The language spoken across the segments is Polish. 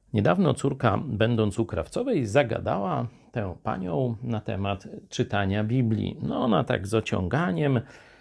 Niedawno córka, będąc u krawcowej, zagadała tę panią na temat czytania Biblii. No ona tak z ociąganiem,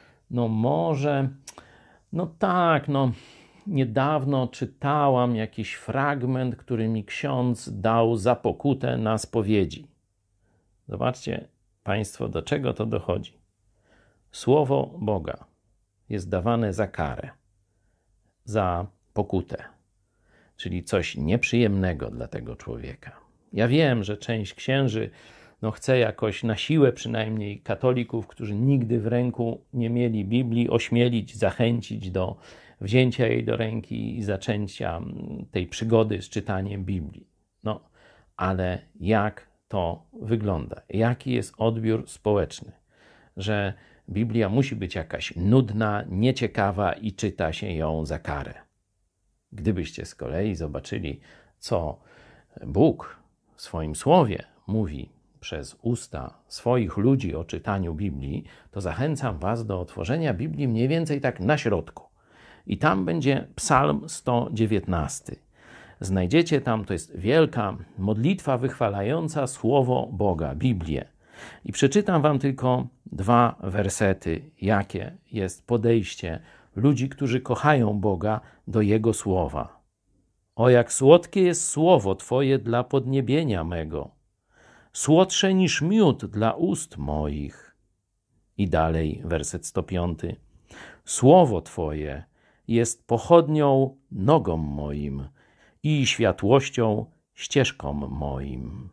niedawno czytałam jakiś fragment, który mi ksiądz dał za pokutę na spowiedzi. Zobaczcie państwo, do czego to dochodzi. Słowo Boga jest dawane za karę, za pokutę, czyli coś nieprzyjemnego dla tego człowieka. Ja wiem, że część księży chce jakoś na siłę przynajmniej katolików, którzy nigdy w ręku nie mieli Biblii, ośmielić, zachęcić do wzięcia jej do ręki i zaczęcia tej przygody z czytaniem Biblii. Ale jak to wygląda? Jaki jest odbiór społeczny? Że Biblia musi być jakaś nudna, nieciekawa i czyta się ją za karę. Gdybyście z kolei zobaczyli, co Bóg w swoim słowie mówi przez usta swoich ludzi o czytaniu Biblii, to zachęcam was do otworzenia Biblii mniej więcej tak na środku. I tam będzie Psalm 119. Znajdziecie tam, to jest wielka modlitwa wychwalająca Słowo Boga, Biblię. I przeczytam wam tylko 2 wersety, jakie jest podejście ludzi, którzy kochają Boga, do Jego Słowa. O, jak słodkie jest Słowo Twoje dla podniebienia mego, słodsze niż miód dla ust moich. I dalej werset 105. Słowo Twoje jest pochodnią nogom moim i światłością ścieżkom moim.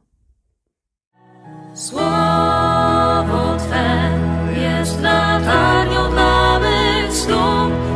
Słowo Twe jest latarnią dla mych stóp